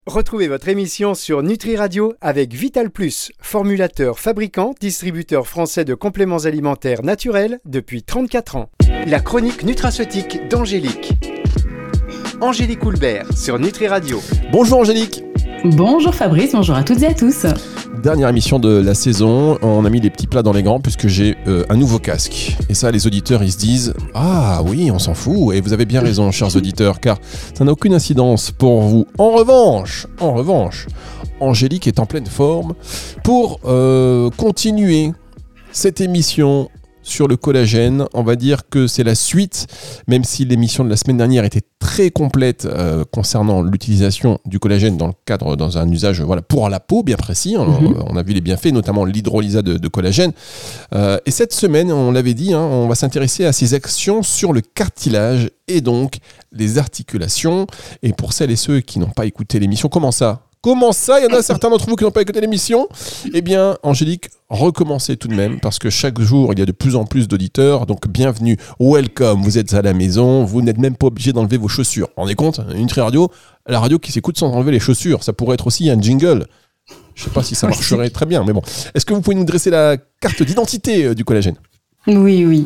Retrouvez votre émission sur Nutri Radio avec Vital Plus, formulateur, fabricant, distributeur français de compléments alimentaires naturels depuis 34 ans. La chronique nutraceutique d'Angélique. Angélique Houlbert sur Nutri Radio. Bonjour Angélique. Bonjour Fabrice, bonjour à toutes et à tous. Dernière émission de la saison, on a mis les petits plats dans les grands puisque j'ai un nouveau casque. Et ça, les auditeurs, ils se disent « Ah oui, on s'en fout ». Et vous avez bien raison, chers auditeurs, car ça n'a aucune incidence pour vous. En revanche, Angélique est en pleine forme pour continuer cette émission sur le collagène. On va dire que c'est la suite, même si l'émission de la semaine dernière était très complète concernant l'utilisation du collagène dans un usage pour la peau bien précis. On a vu les bienfaits, notamment l'hydrolysa de collagène. Et cette semaine, on l'avait dit, on va s'intéresser à ses actions sur le cartilage et donc les articulations. Et pour celles et ceux qui n'ont pas écouté l'émission, comment ça ? Il y en a certains d'entre vous qui n'ont pas écouté l'émission. Eh bien, Angélique, recommencez tout de même, parce que chaque jour, il y a de plus en plus d'auditeurs. Donc, bienvenue, welcome, vous êtes à la maison, vous n'êtes même pas obligé d'enlever vos chaussures. Vous vous rendez compte ? Nutri Radio, la radio qui s'écoute sans enlever les chaussures, ça pourrait être aussi un jingle. Je ne sais pas si ça marcherait très bien, mais bon. Est-ce que vous pouvez nous dresser la carte d'identité du collagène ? Oui.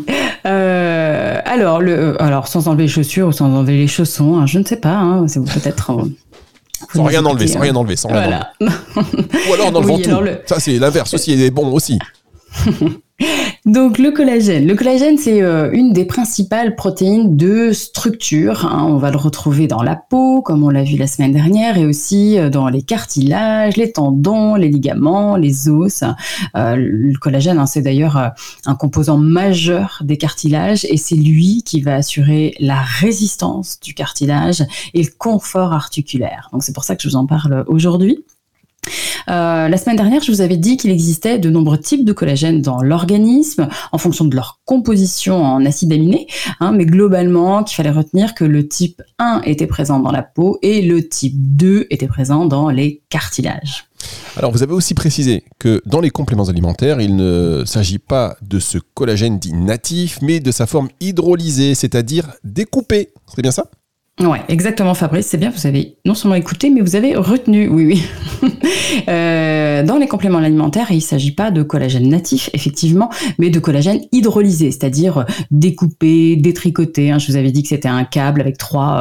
Alors, sans enlever les chaussures ou sans enlever les chaussons, je ne sais pas, c'est peut-être... Sans rien enlever. Voilà. Ou alors dans le ventoux. Ça, c'est l'inverse aussi, il est bon aussi. Donc le collagène c'est une des principales protéines de structure. On va le retrouver dans la peau, comme on l'a vu la semaine dernière, et aussi dans les cartilages, les tendons, les ligaments, les os. Le collagène, c'est d'ailleurs un composant majeur des cartilages, et c'est lui qui va assurer la résistance du cartilage et le confort articulaire. Donc c'est pour ça que je vous en parle aujourd'hui. La semaine dernière, je vous avais dit qu'il existait de nombreux types de collagène dans l'organisme en fonction de leur composition en acides aminés, mais globalement, qu'il fallait retenir que le type 1 était présent dans la peau et le type 2 était présent dans les cartilages. Alors, vous avez aussi précisé que dans les compléments alimentaires, il ne s'agit pas de ce collagène dit natif, mais de sa forme hydrolysée, c'est-à-dire découpée. C'est bien ça ? Ouais, exactement Fabrice, c'est bien, vous avez non seulement écouté, mais vous avez retenu, oui. Dans les compléments alimentaires, il ne s'agit pas de collagène natif, effectivement, mais de collagène hydrolysé, c'est-à-dire découpé, détricoté. Je vous avais dit que c'était un câble avec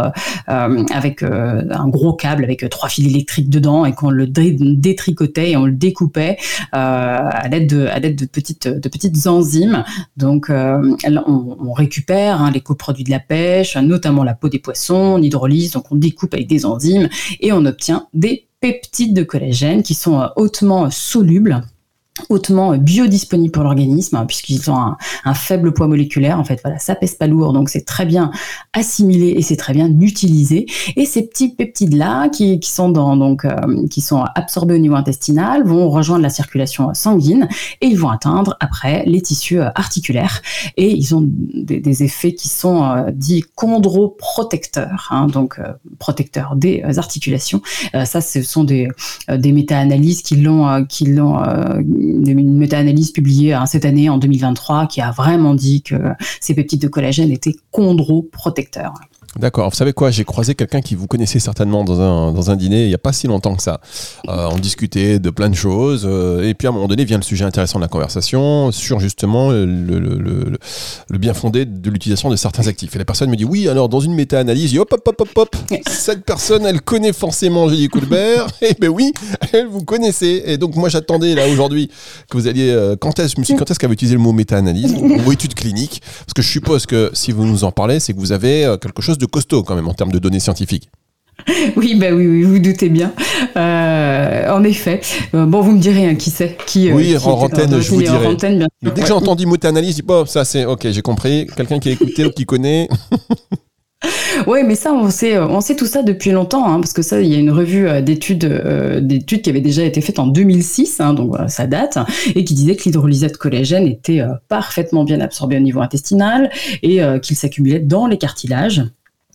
un gros câble avec 3 fils électriques dedans et qu'on le détricotait et on le découpait à l'aide de petites enzymes. Donc, on récupère les coproduits de la pêche, notamment la peau des poissons. On hydrolyse, donc on découpe avec des enzymes et on obtient des peptides de collagène qui sont hautement solubles, hautement biodisponibles pour l'organisme, puisqu'ils ont un faible poids moléculaire. En fait, ça pèse pas lourd, donc c'est très bien assimilé et c'est très bien utilisé. Et ces petits peptides-là, qui sont absorbés au niveau intestinal, vont rejoindre la circulation sanguine et ils vont atteindre après les tissus articulaires. Et ils ont des effets qui sont dits chondroprotecteurs, donc protecteurs des articulations. Ça, ce sont des méta-analyses une méta-analyse publiée cette année, en 2023, qui a vraiment dit que ces peptides de collagène étaient chondroprotecteurs. D'accord. Vous savez quoi ? J'ai croisé quelqu'un qui vous connaissait certainement dans un dîner il n'y a pas si longtemps que ça. On discutait de plein de choses et puis à un moment donné vient le sujet intéressant de la conversation sur justement le bien fondé de l'utilisation de certains actifs. Et la personne me dit oui, alors dans une méta-analyse, je dis hop, cette personne elle connaît forcément Angélique Houlbert. Et ben oui, elle vous connaissait. Et donc moi j'attendais là aujourd'hui que vous alliez quand est-ce qu'elle avait utilisé le mot méta-analyse ou étude clinique, parce que je suppose que si vous nous en parlez, c'est que vous avez quelque chose de costaud quand même en termes de données scientifiques. Oui, vous doutez bien. En effet. Bon, vous me direz qui c'est. Oui, en antenne, je vous dirai. Mais dès que j'ai entendu méta-analyse, je dis ça c'est ok, j'ai compris. Quelqu'un qui a écouté ou qui connaît. Oui, mais ça, on sait tout ça depuis longtemps, parce que ça, il y a une revue d'études qui avait déjà été faite en 2006, donc voilà, ça date, et qui disait que l'hydrolysate de collagène était parfaitement bien absorbé au niveau intestinal et qu'il s'accumulait dans les cartilages.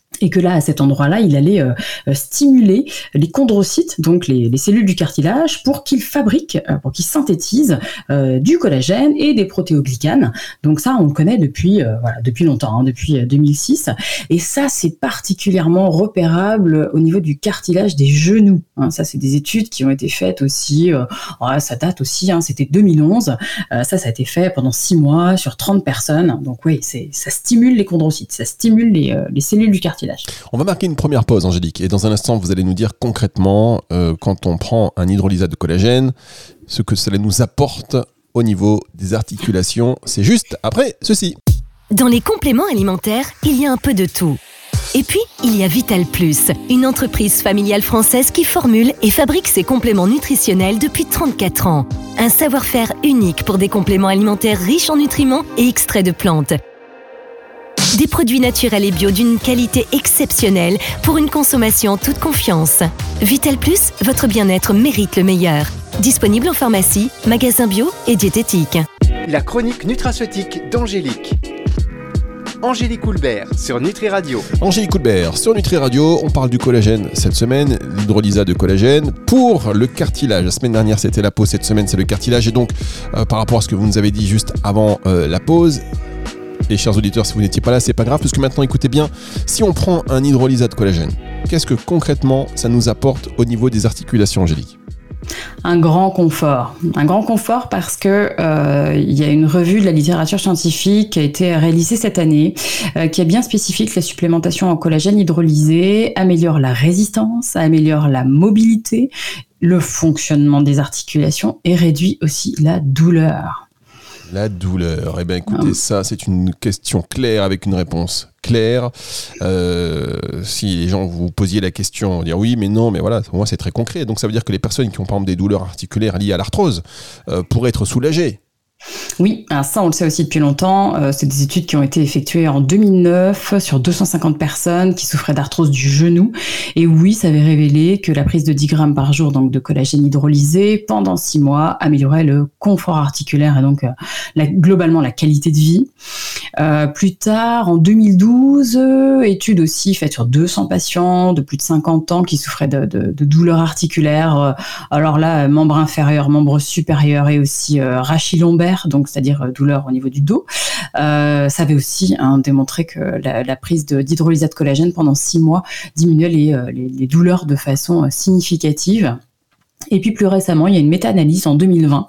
Et que là, à cet endroit-là, il allait stimuler les chondrocytes, donc les cellules du cartilage, pour qu'ils synthétisent du collagène et des protéoglycanes. Donc ça, on le connaît depuis longtemps, depuis 2006. Et ça, c'est particulièrement repérable au niveau du cartilage des genoux. Ça, c'est des études qui ont été faites aussi, ça date aussi, c'était 2011. Ça a été fait pendant 6 mois sur 30 personnes. Donc oui, ça stimule les chondrocytes, ça stimule les cellules du cartilage. On va marquer une première pause, Angélique, et dans un instant, vous allez nous dire concrètement, quand on prend un hydrolysat de collagène, ce que cela nous apporte au niveau des articulations. C'est juste après ceci. Dans les compléments alimentaires, il y a un peu de tout. Et puis, il y a Vital Plus, une entreprise familiale française qui formule et fabrique ses compléments nutritionnels depuis 34 ans. Un savoir-faire unique pour des compléments alimentaires riches en nutriments et extraits de plantes. Des produits naturels et bio d'une qualité exceptionnelle pour une consommation en toute confiance. Vital Plus, votre bien-être mérite le meilleur. Disponible en pharmacie, magasin bio et diététique. La chronique nutraceutique d'Angélique. Angélique Houlbert sur Nutri Radio. Angélique Houlbert sur Nutri Radio, on parle du collagène cette semaine, l'hydrolysat de collagène pour le cartilage. La semaine dernière c'était la peau, cette semaine c'est le cartilage. Et donc par rapport à ce que vous nous avez dit juste avant la pause, et chers auditeurs, si vous n'étiez pas là, c'est pas grave, parce que maintenant, écoutez bien, si on prend un hydrolysat de collagène, qu'est-ce que concrètement ça nous apporte au niveau des articulations, Angélique ? Un grand confort parce que il y a une revue de la littérature scientifique qui a été réalisée cette année, qui a bien spécifié que la supplémentation en collagène hydrolysé améliore la résistance, améliore la mobilité, le fonctionnement des articulations et réduit aussi la douleur. La douleur. Eh bien, écoutez, ça, c'est une question claire avec une réponse claire. Si les gens vous posiez la question, on va dire oui, mais non, mais voilà, pour moi, c'est très concret. Donc, ça veut dire que les personnes qui ont, par exemple, des douleurs articulaires liées à l'arthrose pourraient être soulagées. Oui, alors ça on le sait aussi depuis longtemps, c'est des études qui ont été effectuées en 2009 sur 250 personnes qui souffraient d'arthrose du genou et oui, ça avait révélé que la prise de 10 grammes par jour donc de collagène hydrolysé pendant 6 mois améliorait le confort articulaire et donc globalement la qualité de vie. Plus tard, en 2012, étude aussi faite sur 200 patients de plus de 50 ans qui souffraient de douleurs articulaires, alors là, membre inférieur, membre supérieur et aussi rachis lombaire, donc c'est-à-dire douleur au niveau du dos. Ça avait aussi démontré que la prise d'hydrolysat de collagène pendant 6 mois diminuait les douleurs de façon significative. Et puis plus récemment, il y a une méta-analyse en 2020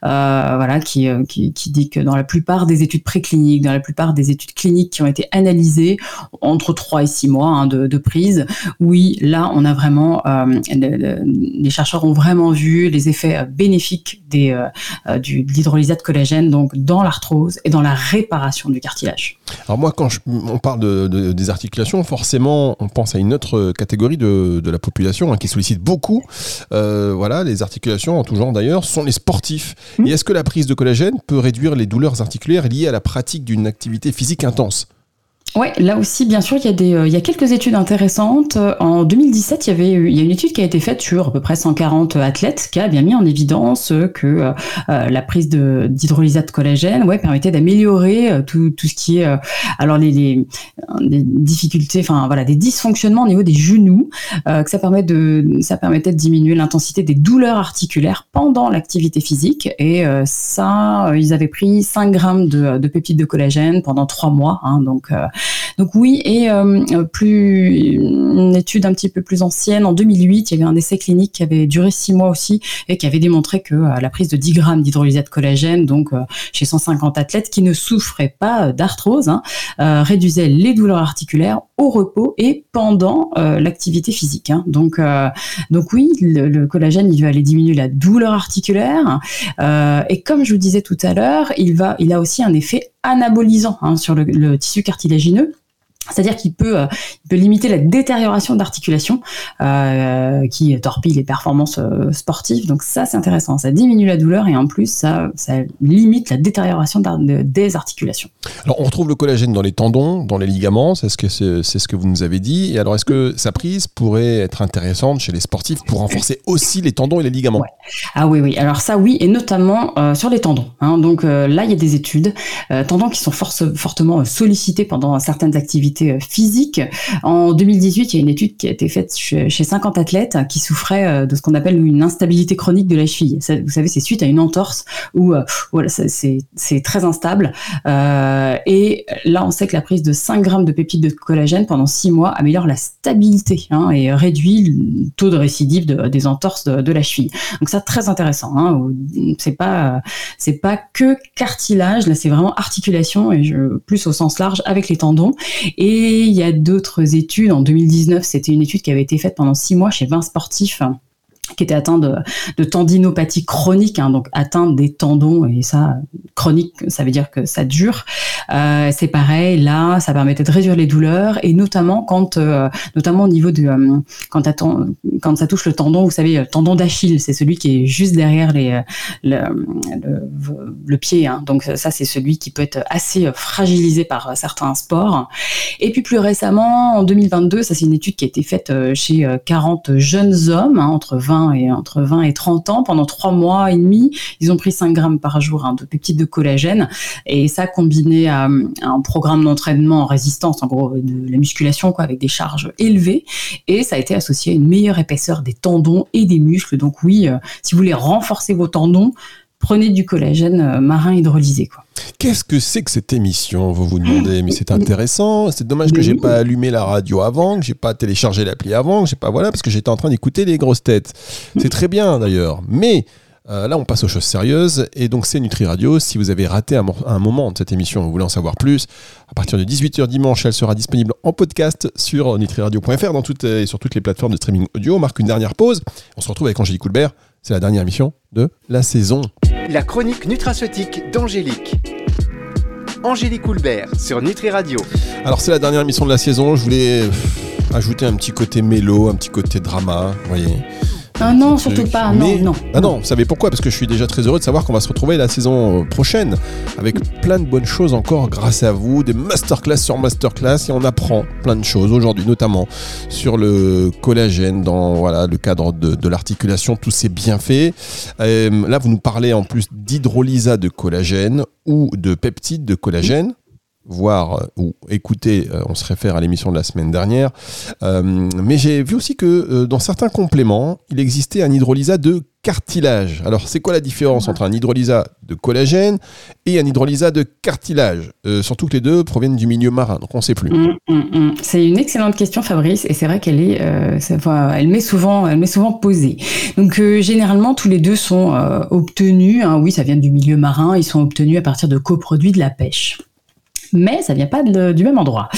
qui dit que dans la plupart des études précliniques, dans la plupart des études cliniques qui ont été analysées entre 3 et 6 mois de prise, oui, là, on a vraiment, les chercheurs ont vraiment vu les effets bénéfiques de l'hydrolysat de collagène donc dans l'arthrose et dans la réparation du cartilage. Alors moi, quand on parle des articulations, forcément, on pense à une autre catégorie de la population qui sollicite beaucoup les articulations en tout genre d'ailleurs, sont les sportifs. Et est-ce que la prise de collagène peut réduire les douleurs articulaires liées à la pratique d'une activité physique intense ? Ouais, là aussi, bien sûr, il y a quelques études intéressantes. En 2017, il y a une étude qui a été faite sur à peu près 140 athlètes qui a bien mis en évidence que la prise d'hydrolysat de collagène, permettait d'améliorer tout ce qui est alors les difficultés, des dysfonctionnements au niveau des genoux, que ça permettait de diminuer l'intensité des douleurs articulaires pendant l'activité physique. Et ils avaient pris 5 grammes de peptides de collagène pendant 3 mois, donc oui, et une étude un petit peu plus ancienne, en 2008, il y avait un essai clinique qui avait duré 6 mois aussi et qui avait démontré que la prise de 10 grammes d'hydrolysat de collagène, donc chez 150 athlètes qui ne souffraient pas d'arthrose, réduisait les douleurs articulaires au repos et pendant l'activité physique. Donc oui, le collagène, il va aller diminuer la douleur articulaire et comme je vous disais tout à l'heure, il a aussi un effet anabolisant sur le tissu cartilagineux. C'est-à-dire qu'il peut limiter la détérioration d'articulation qui torpille les performances sportives. Donc ça, c'est intéressant. Ça diminue la douleur et en plus, ça limite la détérioration des articulations. Alors, on retrouve le collagène dans les tendons, dans les ligaments. C'est ce que vous nous avez dit. Et alors, est-ce que sa prise pourrait être intéressante chez les sportifs pour renforcer aussi les tendons et les ligaments ? Ah oui. Alors ça, oui, et notamment sur les tendons. Donc là, il y a des études. Tendons qui sont fortement sollicités pendant certaines activités activité physique. En 2018, il y a une étude qui a été faite chez 50 athlètes qui souffraient de ce qu'on appelle une instabilité chronique de la cheville. Ça, vous savez, c'est suite à une entorse où voilà, c'est très instable. Et là, on sait que la prise de 5 grammes de peptides de collagène pendant 6 mois améliore la stabilité et réduit le taux de récidive des entorses de la cheville. Donc ça, très intéressant. C'est pas que cartilage, là c'est vraiment articulation et plus au sens large avec les tendons. Et il y a d'autres études. En 2019, c'était une étude qui avait été faite pendant 6 mois chez 20 sportifs qui étaient atteints de tendinopathie chronique, donc atteints des tendons, et ça, chronique, ça veut dire que ça dure. C'est pareil, là, ça permettait de réduire les douleurs, et notamment notamment au niveau quand ça touche le tendon, vous savez, le tendon d'Achille, c'est celui qui est juste derrière le pied, donc ça, c'est celui qui peut être assez fragilisé par certains sports. Et puis plus récemment, en 2022, ça c'est une étude qui a été faite chez 40 jeunes hommes, entre 20 et 30 ans. Pendant 3 mois et demi, ils ont pris 5 grammes par jour de peptides de collagène, et ça combiné à un programme d'entraînement en résistance, en gros de la musculation, avec des charges élevées, et ça a été associé à une meilleure épaisseur des tendons et des muscles. Donc oui, si vous voulez renforcer vos tendons, prenez du collagène marin hydrolysé, Qu'est-ce que c'est que cette émission, vous vous demandez? Mais c'est intéressant, c'est dommage que j'ai pas allumé la radio avant, que j'ai pas téléchargé l'appli avant, que j'ai pas, parce que j'étais en train d'écouter les grosses têtes. C'est très bien d'ailleurs, mais là on passe aux choses sérieuses, et donc c'est Nutri Radio. Si vous avez raté un moment de cette émission, vous voulez en savoir plus, à partir de 18h dimanche, elle sera disponible en podcast sur nutriradio.fr et sur toutes les plateformes de streaming audio. On marque une dernière pause, on se retrouve avec Angélique Houlbert. C'est la dernière émission de la saison. La chronique nutraceutique d'Angélique. Angélique Houlbert sur Nutri Radio. Alors c'est la dernière émission de la saison, je voulais ajouter un petit côté mélo, un petit côté drama, vous voyez. Non, surtout pas, non. Ah non, vous savez pourquoi? Parce que je suis déjà très heureux de savoir qu'on va se retrouver la saison prochaine avec plein de bonnes choses encore grâce à vous, des masterclass sur masterclass, et on apprend plein de choses aujourd'hui, notamment sur le collagène dans le cadre de l'articulation, tous ces bienfaits. Là, vous nous parlez en plus d'hydrolysa de collagène ou de peptides de collagène. Voir ou écouter, on se réfère à l'émission de la semaine dernière. Mais j'ai vu aussi que dans certains compléments, il existait un hydrolysa de cartilage. Alors, c'est quoi la différence entre un hydrolysa de collagène et un hydrolysa de cartilage? Surtout que les deux proviennent du milieu marin, donc on ne sait plus. C'est une excellente question, Fabrice, et c'est vrai qu'elle elle m'est souvent posée. Donc, généralement, tous les deux sont obtenus, oui, ça vient du milieu marin, ils sont obtenus à partir de coproduits de la pêche. Mais ça vient pas du même endroit.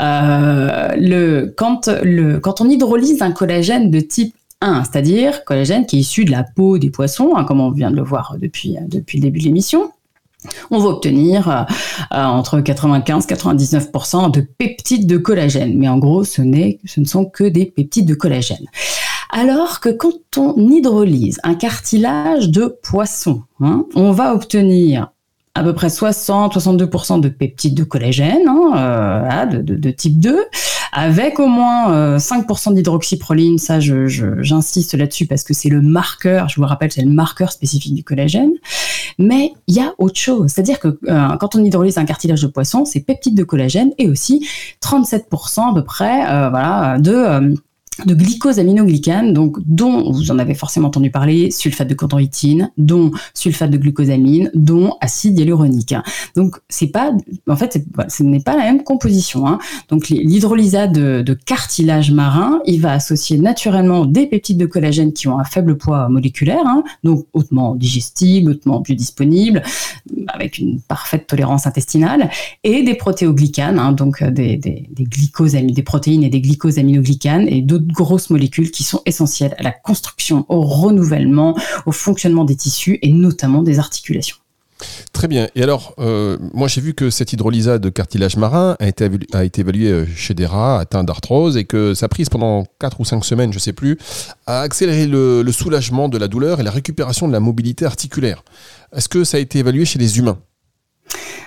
Quand on hydrolyse un collagène de type 1, c'est-à-dire collagène qui est issu de la peau des poissons, comme on vient de le voir depuis le début de l'émission, on va obtenir entre 95-99% de peptides de collagène. Mais en gros, ce ne sont que des peptides de collagène. Alors que quand on hydrolyse un cartilage de poisson, on va obtenir à peu près 60-62% de peptides de collagène, de type 2, avec au moins 5% d'hydroxyproline. Ça, j'insiste là-dessus parce que c'est le marqueur, je vous rappelle, c'est le marqueur spécifique du collagène. Mais il y a autre chose, c'est-à-dire que quand on hydrolyse un cartilage de poisson, c'est peptides de collagène et aussi 37% à peu près de glycosaminoglycane, donc dont vous en avez forcément entendu parler, sulfate de chondroïtine, dont sulfate de glucosamine, dont acide hyaluronique. Donc ce n'est pas la même composition. Donc l'hydrolysa de cartilage marin, il va associer naturellement des peptides de collagène qui ont un faible poids moléculaire, donc hautement digestibles, hautement biodisponibles, avec une parfaite tolérance intestinale, et des protéoglycanes, donc des protéines et des glycosaminoglycanes et d'autres grosses molécules qui sont essentielles à la construction, au renouvellement, au fonctionnement des tissus et notamment des articulations. Très bien. Et alors, moi j'ai vu que cette hydrolysa de cartilage marin a été évaluée chez des rats atteints d'arthrose, et que sa prise pendant 4 ou 5 semaines, je ne sais plus, a accéléré le soulagement de la douleur et la récupération de la mobilité articulaire. Est-ce que ça a été évalué chez les humains ?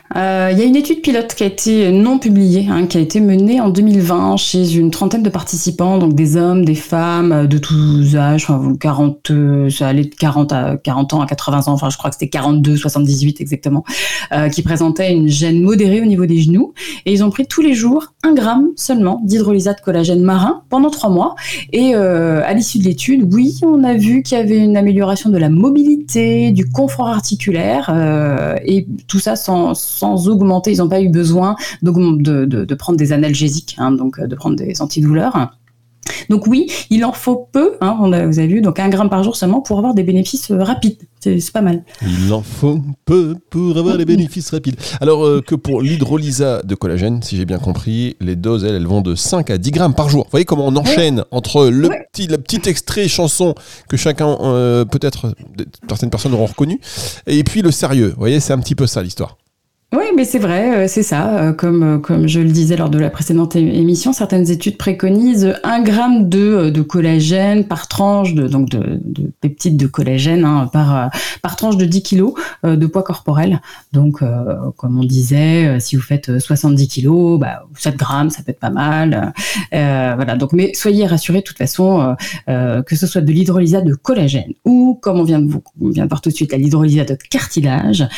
Il y a une étude pilote qui a été non publiée, qui a été menée en 2020 chez une trentaine de participants, donc des hommes, des femmes, de tous âges, ça allait de 40 ans à 80 ans, je crois que c'était 42, 78 exactement, qui présentaient une gêne modérée au niveau des genoux. Et ils ont pris tous les jours 1 gramme seulement d'hydrolysat de collagène marin pendant 3 mois. Et à l'issue de l'étude, oui, on a vu qu'il y avait une amélioration de la mobilité, du confort articulaire, et tout ça sans augmenter. Ils n'ont pas eu besoin de prendre des analgésiques, donc de prendre des antidouleurs. Donc oui, il en faut peu, vous avez vu, donc 1 gramme par jour seulement pour avoir des bénéfices rapides. C'est pas mal. Il en faut peu pour avoir des bénéfices rapides. Alors que pour l'hydrolysat de collagène, si j'ai bien compris, les doses, elles vont de 5 à 10 grammes par jour. Vous voyez comment on enchaîne entre le petit extrait chanson que chacun, peut-être, certaines personnes auront reconnu, et puis le sérieux. Vous voyez, c'est un petit peu ça l'histoire. Oui, mais c'est vrai, c'est ça. Comme je le disais lors de la précédente émission, certaines études préconisent 1 gramme de collagène par tranche, de peptides de collagène, par tranche de 10 kilos de poids corporel. Donc, comme on disait, si vous faites 70 kilos, 7 grammes, ça peut être pas mal. Voilà. Donc, mais soyez rassurés, de toute façon, que ce soit de l'hydrolysat de collagène ou, comme on vient de voir tout de suite, l'hydrolysat de cartilage,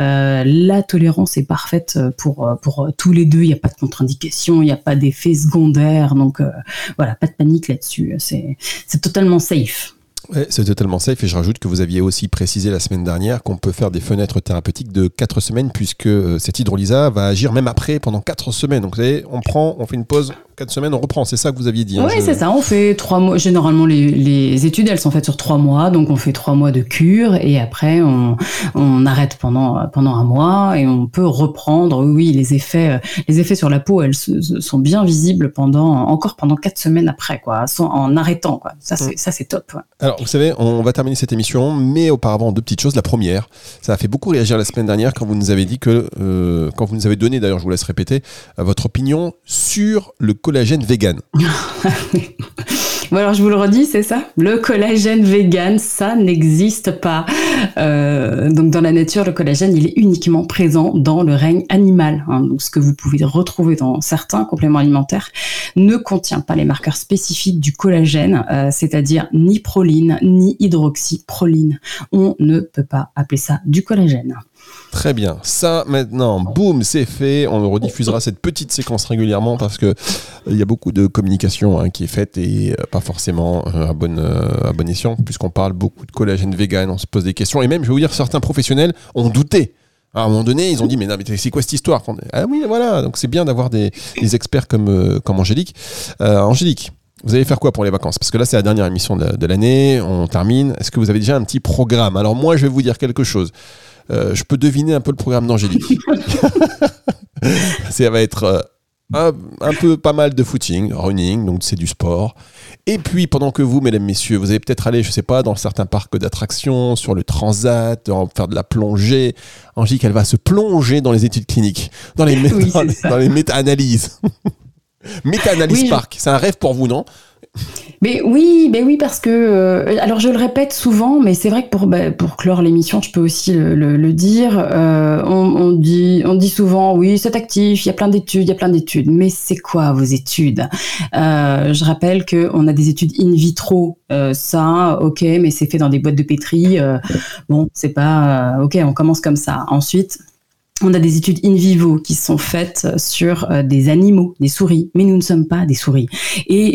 la tolérance est parfaite pour tous les deux. Il n'y a pas de contre-indication, il n'y a pas d'effet secondaire. Donc, voilà, pas de panique là-dessus. C'est totalement safe. Ouais, c'est totalement safe, et je rajoute que vous aviez aussi précisé la semaine dernière qu'on peut faire des fenêtres thérapeutiques de 4 semaines, puisque cet hydrolysat va agir même après, pendant 4 semaines. Donc vous savez, on fait une pause, 4 semaines, on reprend. C'est ça que vous aviez dit. Oui, c'est ça. On fait 3 mois. Généralement, les études, elles sont faites sur 3 mois. Donc on fait 3 mois de cure, et après on arrête pendant 1 mois, et on peut reprendre. Oui, les effets sur la peau, elles sont bien visibles pendant 4 semaines après, quoi, en arrêtant, quoi. Ça c'est top. Ouais. Alors, vous savez, on va terminer cette émission, mais auparavant, 2 petites choses. La première, ça a fait beaucoup réagir la semaine dernière quand vous nous avez dit quand vous nous avez donné, d'ailleurs, je vous laisse répéter, votre opinion sur le collagène vegan. Bon, alors je vous le redis, c'est ça. Le collagène vegan, ça n'existe pas. Donc dans la nature, le collagène, il est uniquement présent dans le règne animal. Donc ce que vous pouvez retrouver dans certains compléments alimentaires ne contient pas les marqueurs spécifiques du collagène, c'est-à-dire ni proline, ni hydroxyproline. On ne peut pas appeler ça du collagène. Très bien. Ça, maintenant, boum, c'est fait. On rediffusera cette petite séquence régulièrement parce que il y a beaucoup de communication qui est faite et pas forcément à bon escient, puisqu'on parle beaucoup de collagène vegan. On se pose des questions, et même, je vais vous dire, certains professionnels ont douté. À un moment donné, ils ont dit, mais non, mais c'est quoi cette histoire? Ah oui, voilà. Donc c'est bien d'avoir des experts comme Angélique. Angélique, vous allez faire quoi pour les vacances? Parce que là, c'est la dernière émission de l'année. On termine. Est-ce que vous avez déjà un petit programme? Alors moi, je vais vous dire quelque chose. Je peux deviner un peu le programme d'Angélique. Ça va être un peu pas mal de footing, running, donc c'est du sport. Et puis, pendant que vous, mesdames, messieurs, vous allez peut-être aller, je sais pas, dans certains parcs d'attractions, sur le transat, faire de la plongée. Angélique, elle va se plonger dans les études cliniques, dans les méta-analyses. Méta-analyse parc, c'est un rêve pour vous, non? Mais oui, parce que alors je le répète souvent, mais c'est vrai que pour clore l'émission, je peux aussi le dire. On dit souvent, oui, c'est actif, il y a plein d'études. Mais c'est quoi vos études? Je rappelle que on a des études in vitro, ça, ok, mais c'est fait dans des boîtes de pétri. Bon, c'est pas ok. On commence comme ça. Ensuite, on a des études in vivo qui sont faites sur des animaux, des souris, mais nous ne sommes pas des souris. Et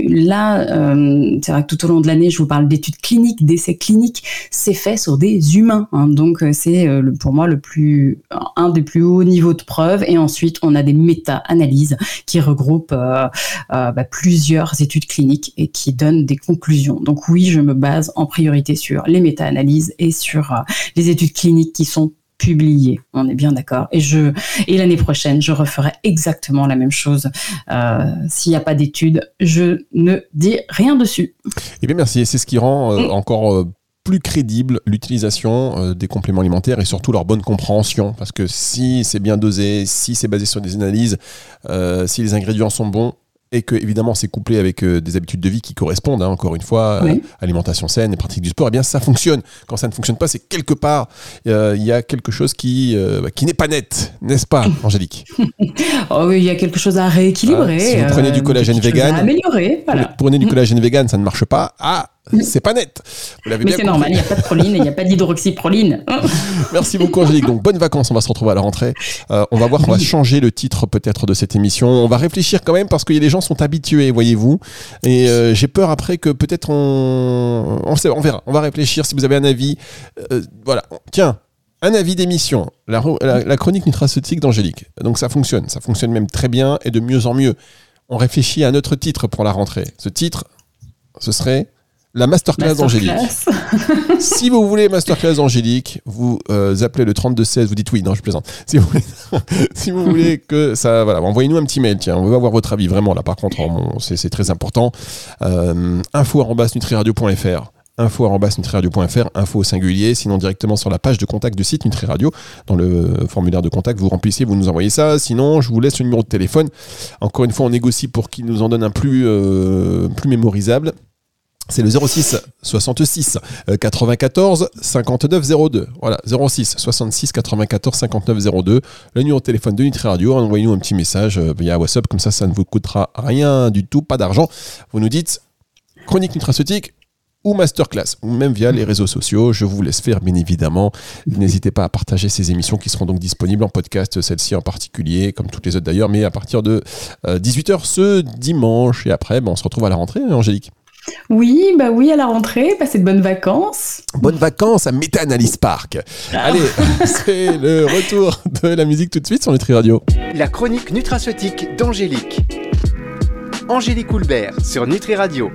c'est vrai que tout au long de l'année, je vous parle d'études cliniques, d'essais cliniques, c'est fait sur des humains. Donc c'est pour moi un des plus hauts niveaux de preuve. Et ensuite, on a des méta-analyses qui regroupent plusieurs études cliniques et qui donnent des conclusions. Donc oui, je me base en priorité sur les méta-analyses et sur les études cliniques qui sont publié, on est bien d'accord. Et l'année prochaine, je referai exactement la même chose. S'il n'y a pas d'études, je ne dis rien dessus. Eh bien, merci. Et c'est ce qui rend encore plus crédible l'utilisation des compléments alimentaires et surtout leur bonne compréhension. Parce que si c'est bien dosé, si c'est basé sur des analyses, si les ingrédients sont bons, et que évidemment c'est couplé avec des habitudes de vie qui correspondent, encore une fois, alimentation saine et pratique du sport, eh bien ça fonctionne. Quand ça ne fonctionne pas, c'est quelque part, il y a quelque chose qui n'est pas net, n'est-ce pas, Angélique? Oh oui, il y a quelque chose à rééquilibrer. Si vous prenez du collagène vegan, à améliorer, voilà. Prenez du collagène vegan, ça ne marche pas. C'est pas net. Vous l'avez bien c'est compris. normal, il n'y a pas de proline et il n'y a pas d'hydroxyproline. Merci beaucoup Angélique. Donc bonnes vacances, on va se retrouver à la rentrée. On va voir, on va changer le titre peut-être de cette émission. On va réfléchir quand même parce que les gens sont habitués, voyez-vous. Et j'ai peur après que peut-être on verra. On va réfléchir si vous avez un avis. Voilà. Tiens. Un avis d'émission, la chronique nutraceutique d'Angélique. Donc ça fonctionne même très bien et de mieux en mieux. On réfléchit à un autre titre pour la rentrée. Ce titre, ce serait la masterclass d'Angélique. Si vous voulez masterclass d'Angélique, vous appelez le 3216, vous dites oui, non je plaisante. Si vous voulez que ça, voilà, envoyez-nous un petit mail, tiens, on veut avoir votre avis vraiment là par contre, c'est très important. info@nutriradio.fr info@nutriradio.fr, info au singulier, sinon directement sur la page de contact du site Nutri Radio, dans le formulaire de contact, vous remplissez, vous nous envoyez ça, sinon je vous laisse le numéro de téléphone. Encore une fois, on négocie pour qu'il nous en donne un plus mémorisable. C'est le 06 66 94 59 02. Voilà, 06 66 94 59 02. Le numéro de téléphone de Nutri Radio. Envoyez-nous un petit message via WhatsApp, comme ça ne vous coûtera rien du tout, pas d'argent. Vous nous dites chronique nutraceutique ou masterclass, ou même via les réseaux sociaux. Je vous laisse faire, bien évidemment. N'hésitez pas à partager ces émissions qui seront donc disponibles en podcast, celle-ci en particulier, comme toutes les autres d'ailleurs, mais à partir de 18h ce dimanche. Et après, on se retrouve à la rentrée, Angélique. Oui, à la rentrée, passez de bonnes vacances. Bonnes vacances à Meta-Analyse Park. Allez, c'est le retour de la musique tout de suite sur Nutri Radio. La chronique nutraceutique d'Angélique. Angélique Houlbert sur Nutri Radio.